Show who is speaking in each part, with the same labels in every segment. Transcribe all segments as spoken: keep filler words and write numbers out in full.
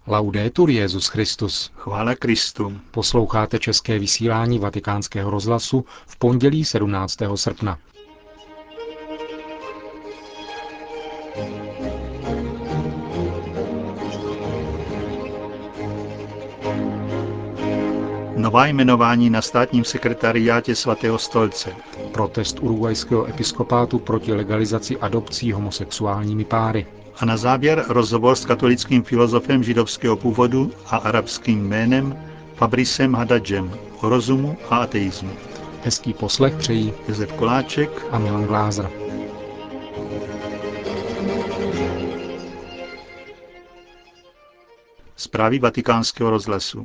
Speaker 1: Laudetur Jesus Christus.
Speaker 2: Chvála Kristu.
Speaker 1: Posloucháte české vysílání Vatikánského rozhlasu v pondělí sedmnáctého srpna.
Speaker 2: Nová jmenování na státním sekretariátě Svatého stolce.
Speaker 1: Protest urugvajského episkopátu proti legalizaci adopcí homosexuálními páry.
Speaker 2: A na závěr rozhovor s katolickým filozofem židovského původu a arabským jménem Fabrisem Hadadžem o rozumu a ateismu.
Speaker 1: Hezký poslech přejí
Speaker 2: Josef Koláček
Speaker 1: a Milan Glázer.
Speaker 2: Zprávy Vatikánského rozhlasu.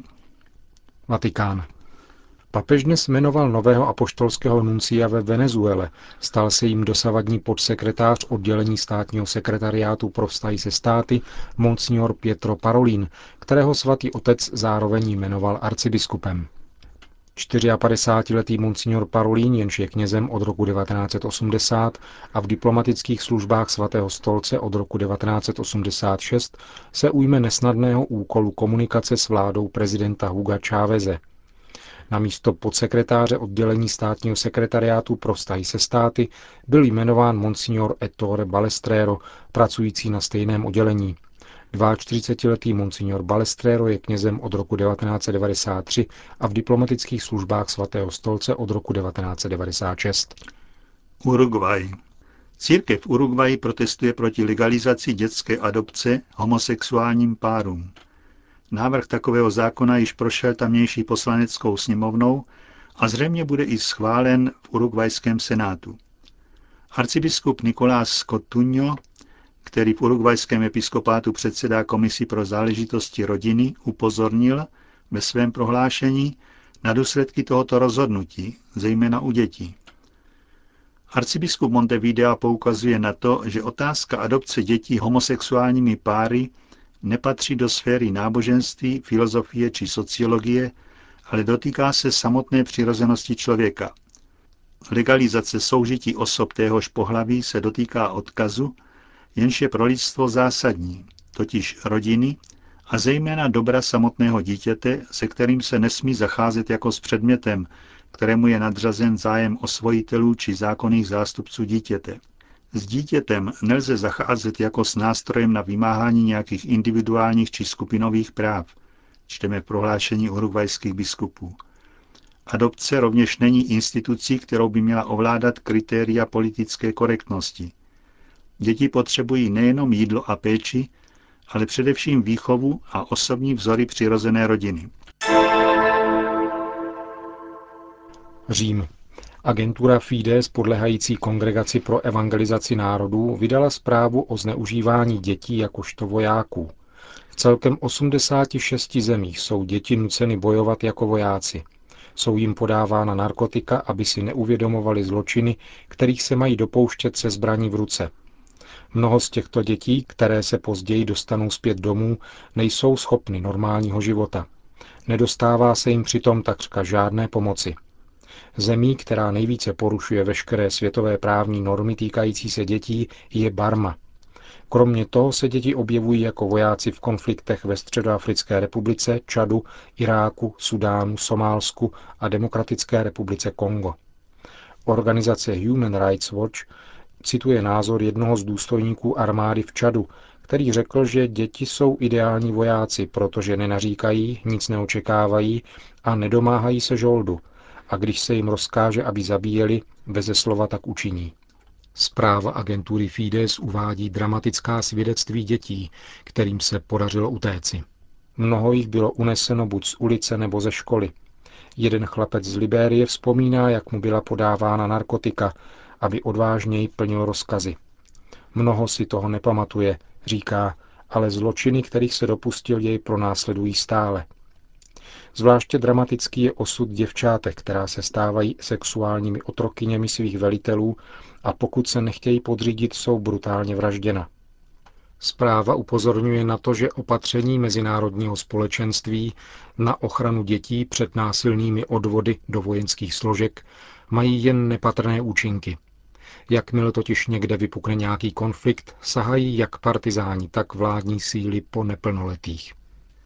Speaker 1: Vatikán. Papež dnes jmenoval nového apoštolského nuncia ve Venezuele. Stal se jim dosavadní podsekretář oddělení státního sekretariátu pro vztahy se státy Monsignor Pietro Parolin, kterého svatý otec zároveň jmenoval arcibiskupem. padesátčtyřletý Monsignor Parolin, jenž je knězem od roku devatenáct set osmdesát a v diplomatických službách Svatého stolce od roku devatenáct set osmdesát šest, se ujme nesnadného úkolu komunikace s vládou prezidenta Huga Cháveze. Na místo podsekretáře oddělení státního sekretariátu pro vztahy se státy byl jmenován Monsignor Ettore Balestrero, pracující na stejném oddělení. čtyřicetiletý Monsignor Balestrero je knězem od roku devatenáct set devadesát tři a v diplomatických službách Svatého stolce od roku devatenáct set devadesát šest.
Speaker 2: Uruguay. Církev v Uruguayi protestuje proti legalizaci dětské adopce homosexuálním párům. Návrh takového zákona již prošel tamnější poslaneckou sněmovnou a zřejmě bude i schválen v urugvajském senátu. Arcibiskup Nicolás Coutinho, který v urugvajském episkopátu předsedá komisi pro záležitosti rodiny, upozornil ve svém prohlášení na důsledky tohoto rozhodnutí, zejména u dětí. Arcibiskup Montevidea poukazuje na to, že otázka adopce dětí homosexuálními páry nepatří do sféry náboženství, filozofie či sociologie, ale dotýká se samotné přirozenosti člověka. Legalizace soužití osob téhož pohlaví se dotýká odkazu, jenž je pro lidstvo zásadní, totiž rodiny a zejména dobra samotného dítěte, se kterým se nesmí zacházet jako s předmětem, kterému je nadřazen zájem osvojitelů či zákonných zástupců dítěte. S dítětem nelze zacházet jako s nástrojem na vymáhání nějakých individuálních či skupinových práv, čteme v prohlášení urugvajských biskupů. Adopce rovněž není institucí, kterou by měla ovládat kritéria politické korektnosti. Děti potřebují nejenom jídlo a péči, ale především výchovu a osobní vzory přirozené rodiny.
Speaker 1: Řím. Agentura Fides, podléhající Kongregaci pro evangelizaci národů, vydala zprávu o zneužívání dětí jakožto vojáků. V celkem osmdesáti šesti zemích jsou děti nuceny bojovat jako vojáci. Jsou jim podávána narkotika, aby si neuvědomovali zločiny, kterých se mají dopouštět se zbraní v ruce. Mnoho z těchto dětí, které se později dostanou zpět domů, nejsou schopny normálního života. Nedostává se jim přitom takřka žádné pomoci. Zemí, která nejvíce porušuje veškeré světové právní normy týkající se dětí, je Barma. Kromě toho se děti objevují jako vojáci v konfliktech ve Středoafrické republice, Čadu, Iráku, Sudánu, Somálsku a Demokratické republice Kongo. Organizace Human Rights Watch cituje názor jednoho z důstojníků armády v Čadu, který řekl, že děti jsou ideální vojáci, protože nenaříkají, nic neočekávají a nedomáhají se žoldu, a když se jim rozkáže, aby zabíjeli, beze slova tak učiní. Zpráva agentury Fides uvádí dramatická svědectví dětí, kterým se podařilo utéci. Mnoho jich bylo uneseno buď z ulice nebo ze školy. Jeden chlapec z Libérie vzpomíná, jak mu byla podávána narkotika, aby odvážněji plnil rozkazy. Mnoho si toho nepamatuje, říká, ale zločiny, kterých se dopustil, jej pronásledují stále. Zvláště dramatický je osud děvčátek, která se stávají sexuálními otrokyněmi svých velitelů a pokud se nechtějí podřídit, jsou brutálně vražděna. Zpráva upozorňuje na to, že opatření mezinárodního společenství na ochranu dětí před násilnými odvody do vojenských složek mají jen nepatrné účinky. Jakmile totiž někde vypukne nějaký konflikt, sahají jak partizáni, tak vládní síly po neplnoletých.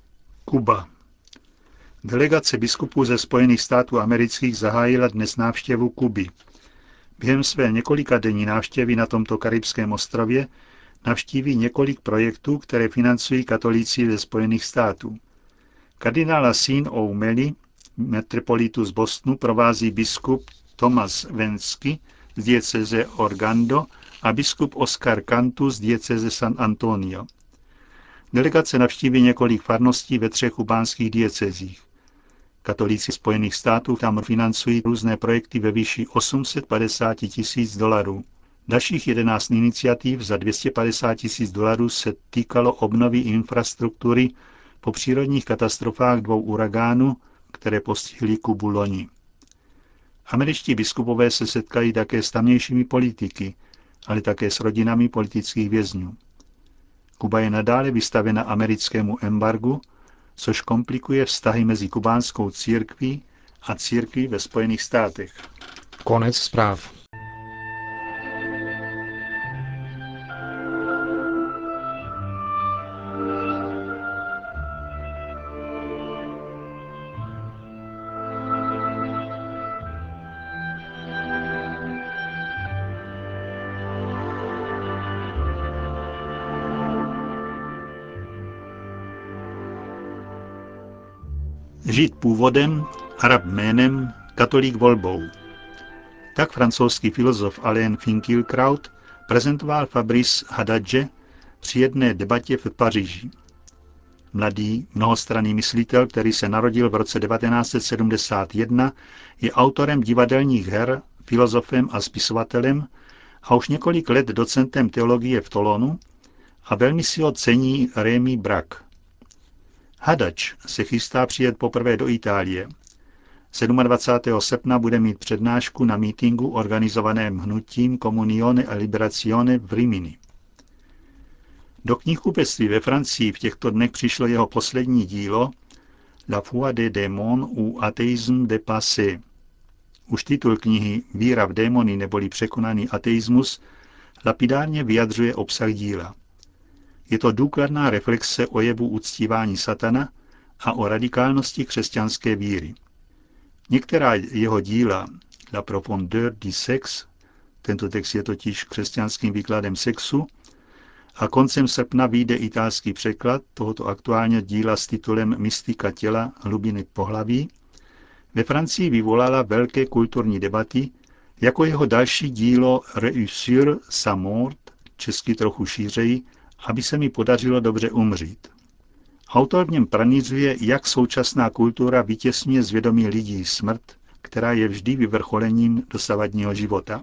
Speaker 2: Kuba. Delegace biskupů ze Spojených států amerických zahájila dnes návštěvu Kuby. Během své několika denní návštěvy na tomto karibském ostrově navštíví několik projektů, které financují katolíci ze Spojených států. Kardinála Sean O'Malley, metropolitu z Bostonu, provází biskup Thomas Wensky z diecéze Orlando a biskup Oscar Cantu z diecéze San Antonio. Delegace navštíví několik farností ve třech kubánských diecézích. Katolíci Spojených států tam financují různé projekty ve výši osm set padesát tisíc dolarů. Dalších jedenáct iniciativ za dvě stě padesát tisíc dolarů se týkalo obnovy infrastruktury po přírodních katastrofách dvou uragánů, které postihly Kubu loni. Američtí biskupové se setkají také s tamnějšími politiky, ale také s rodinami politických vězňů. Kuba je nadále vystavena americkému embargu, což komplikuje vztahy mezi kubánskou církví a církví ve Spojených státech.
Speaker 1: Konec zpráv.
Speaker 2: Žid původem, Arab jménem, katolík volbou. Tak francouzský filozof Alain Finkielkraut prezentoval Fabrice Hadadže při jedné debatě v Paříži. Mladý, mnohostranný myslitel, který se narodil v roce devatenáct set sedmdesát jedna, je autorem divadelních her, filozofem a spisovatelem a už několik let docentem teologie v Tolonu a velmi si ho cení Rémy Braque. Hadadž se chystá přijet poprvé do Itálie. dvacátého sedmého srpna bude mít přednášku na mítinku organizovaném hnutím Comunione e Liberazione v Rimini. Do knihkupectví ve Francii v těchto dnech přišlo jeho poslední dílo La foi des démons ou athéisme dépassé. Už titul knihy Víra v démony neboli překonaný ateismus lapidárně vyjadřuje obsah díla. Je to důkladná reflexe o jevu uctívání satana a o radikálnosti křesťanské víry. Některá jeho díla, La profondeur du sexe, tento text je totiž křesťanským výkladem sexu, a koncem srpna vyjde italský překlad tohoto aktuálně díla s titulem Mystika těla, hlubiny pohlaví, ve Francii vyvolala velké kulturní debaty, jako jeho další dílo Réussir sa mort, česky trochu šířeji, aby se mi podařilo dobře umřít. Autor v něm pranýřuje, jak současná kultura vytěsňuje z vědomí lidí smrt, která je vždy vyvrcholením dosavadního života.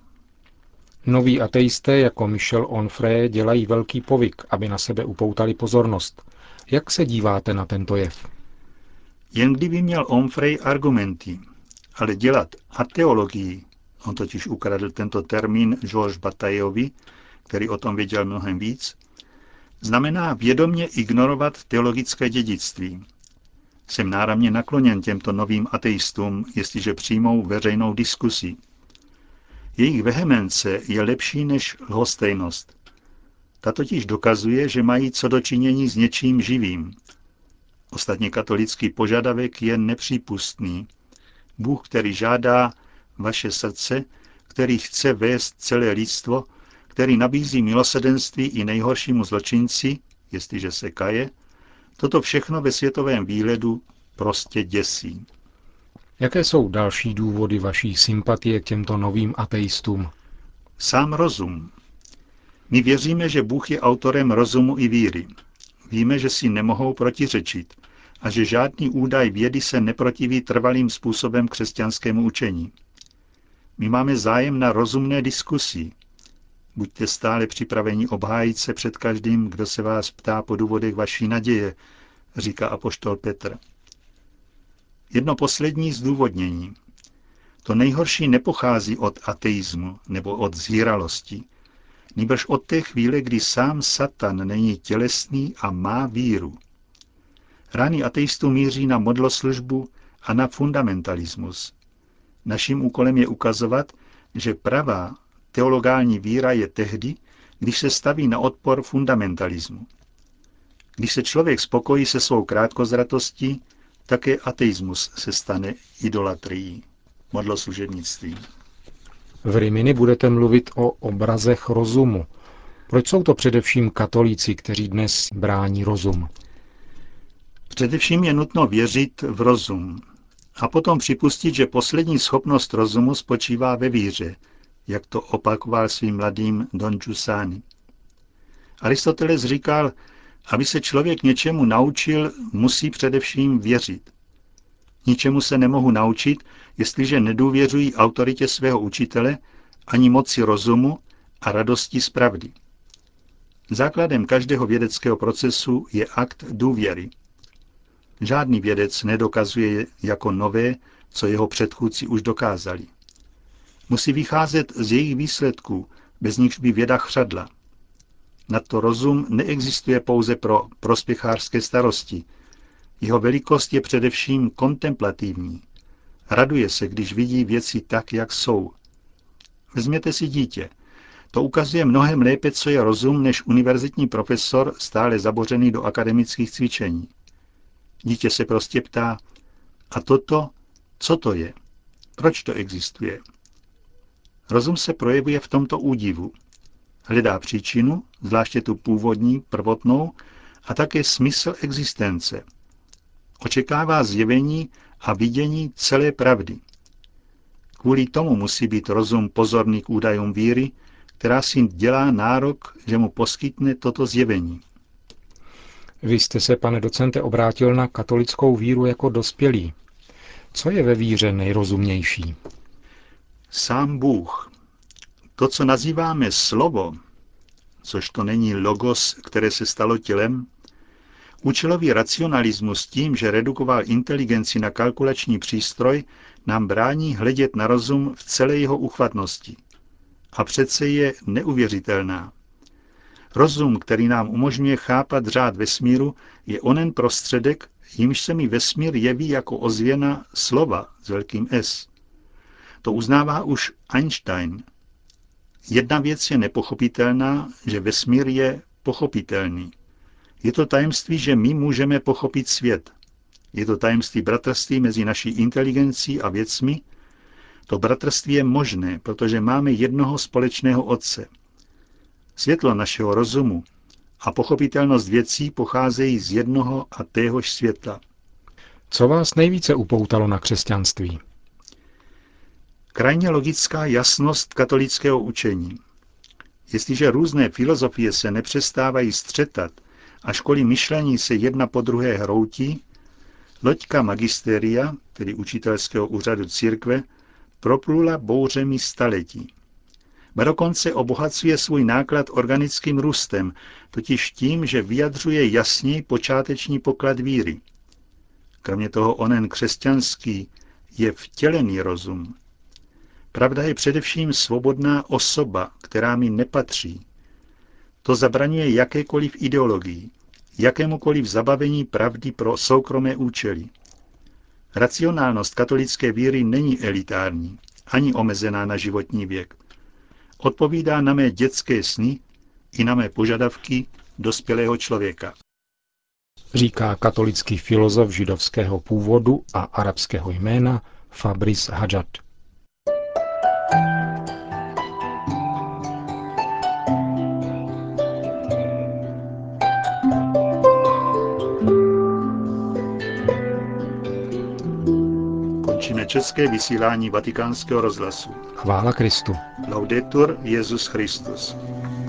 Speaker 1: Noví ateisté jako Michel Onfray dělají velký povyk, aby na sebe upoutali pozornost. Jak se díváte na tento jev?
Speaker 2: Jen kdyby měl Onfray argumenty, ale dělat ateologii, on totiž ukradl tento termín Georges Batailleovi, který o tom věděl mnohem víc, znamená vědomě ignorovat teologické dědictví. Jsem náramně nakloněn těmto novým ateistům, jestliže přijmou veřejnou diskusi. Jejich vehemence je lepší než lhostejnost. Ta totiž dokazuje, že mají co do činění s něčím živým. Ostatně katolický požadavek je nepřípustný. Bůh, který žádá vaše srdce, který chce vést celé lidstvo, který nabízí milosrdenství i nejhoršímu zločinci, jestliže se kaje, toto všechno ve světovém výhledu prostě děsí.
Speaker 1: Jaké jsou další důvody vaší sympatie k těmto novým ateistům?
Speaker 2: Sám rozum. My věříme, že Bůh je autorem rozumu i víry. Víme, že si nemohou protiřečit a že žádný údaj vědy se neprotiví trvalým způsobem křesťanskému učení. My máme zájem na rozumné diskusi. Buďte stále připraveni obhájit se před každým, kdo se vás ptá po důvodech vaší naděje, říká apoštol Petr. Jedno poslední zdůvodnění. To nejhorší nepochází od ateismu nebo od zhýralosti, nýbrž od té chvíle, kdy sám Satan není tělesný a má víru. Rány ateistů míří na modloslužbu a na fundamentalismus. Naším úkolem je ukazovat, že pravá teologální víra je tehdy, když se staví na odpor fundamentalismu. Když se člověk spokojí se svou krátkozratostí, také ateismus se stane idolatrií, modloslužebnictvím.
Speaker 1: V Rimini budete mluvit o obrazech rozumu. Proč jsou to především katolíci, kteří dnes brání rozum?
Speaker 2: Především je nutno věřit v rozum a potom připustit, že poslední schopnost rozumu spočívá ve víře, jak to opakoval svým mladým Don Giussani. Aristoteles říkal, aby se člověk něčemu naučil, musí především věřit. Ničemu se nemohu naučit, jestliže nedůvěřuji autoritě svého učitele, ani moci rozumu a radosti z pravdy. Základem každého vědeckého procesu je akt důvěry. Žádný vědec nedokazuje jako nové, co jeho předchůdci už dokázali. Musí vycházet z jejich výsledků, bez nichž by věda chřadla. Nadto rozum neexistuje pouze pro prospěchářské starosti. Jeho velikost je především kontemplativní. Raduje se, když vidí věci tak, jak jsou. Vezměte si dítě. To ukazuje mnohem lépe, co je rozum, než univerzitní profesor stále zabořený do akademických cvičení. Dítě se prostě ptá, a toto, co to je? Proč to existuje? Rozum se projevuje v tomto údivu. Hledá příčinu, zvláště tu původní, prvotnou, a také smysl existence. Očekává zjevení a vidění celé pravdy. Kvůli tomu musí být rozum pozorný k údajům víry, která si dělá nárok, že mu poskytne toto zjevení.
Speaker 1: Vy jste se, pane docente, obrátil na katolickou víru jako dospělý. Co je ve víře nejrozumnější?
Speaker 2: Sám Bůh. To, co nazýváme slovo, což to není logos, které se stalo tělem, účelový racionalismus tím, že redukoval inteligenci na kalkulační přístroj, nám brání hledět na rozum v celé jeho uchvatnosti. A přece je neuvěřitelná. Rozum, který nám umožňuje chápat řád vesmíru, je onen prostředek, jímž se mi vesmír jeví jako ozvěna slova s velkým S. To uznává už Einstein. Jedna věc je nepochopitelná, že vesmír je pochopitelný. Je to tajemství, že my můžeme pochopit svět. Je to tajemství bratrství mezi naší inteligencí a věcmi. To bratrství je možné, protože máme jednoho společného Otce. Světlo našeho rozumu a pochopitelnost věcí pocházejí z jednoho a téhož světla.
Speaker 1: Co vás nejvíce upoutalo na křesťanství?
Speaker 2: Krajně logická jasnost katolického učení. Jestliže různé filozofie se nepřestávají střetat a školy myšlení se jedna po druhé hroutí, loďka magisteria, tedy učitelského úřadu církve, proplula bouřemi staletí. Ba dokonce obohacuje svůj náklad organickým růstem, totiž tím, že vyjadřuje jasněji počáteční poklad víry. Kromě toho onen křesťanský je vtělený rozum. Pravda je především svobodná osoba, která mi nepatří. To zabraňuje jakékoliv ideologii, jakémukoliv zabavení pravdy pro soukromé účely. Racionálnost katolické víry není elitární, ani omezená na životní věk. Odpovídá na mé dětské sny i na mé požadavky dospělého člověka.
Speaker 1: Říká katolický filozof židovského původu a arabského jména Fabrice Hadžad.
Speaker 2: Končíme české vysílání Vatikánského rozhlasu.
Speaker 1: Chvála Kristu.
Speaker 2: Laudetur Jesus Christus.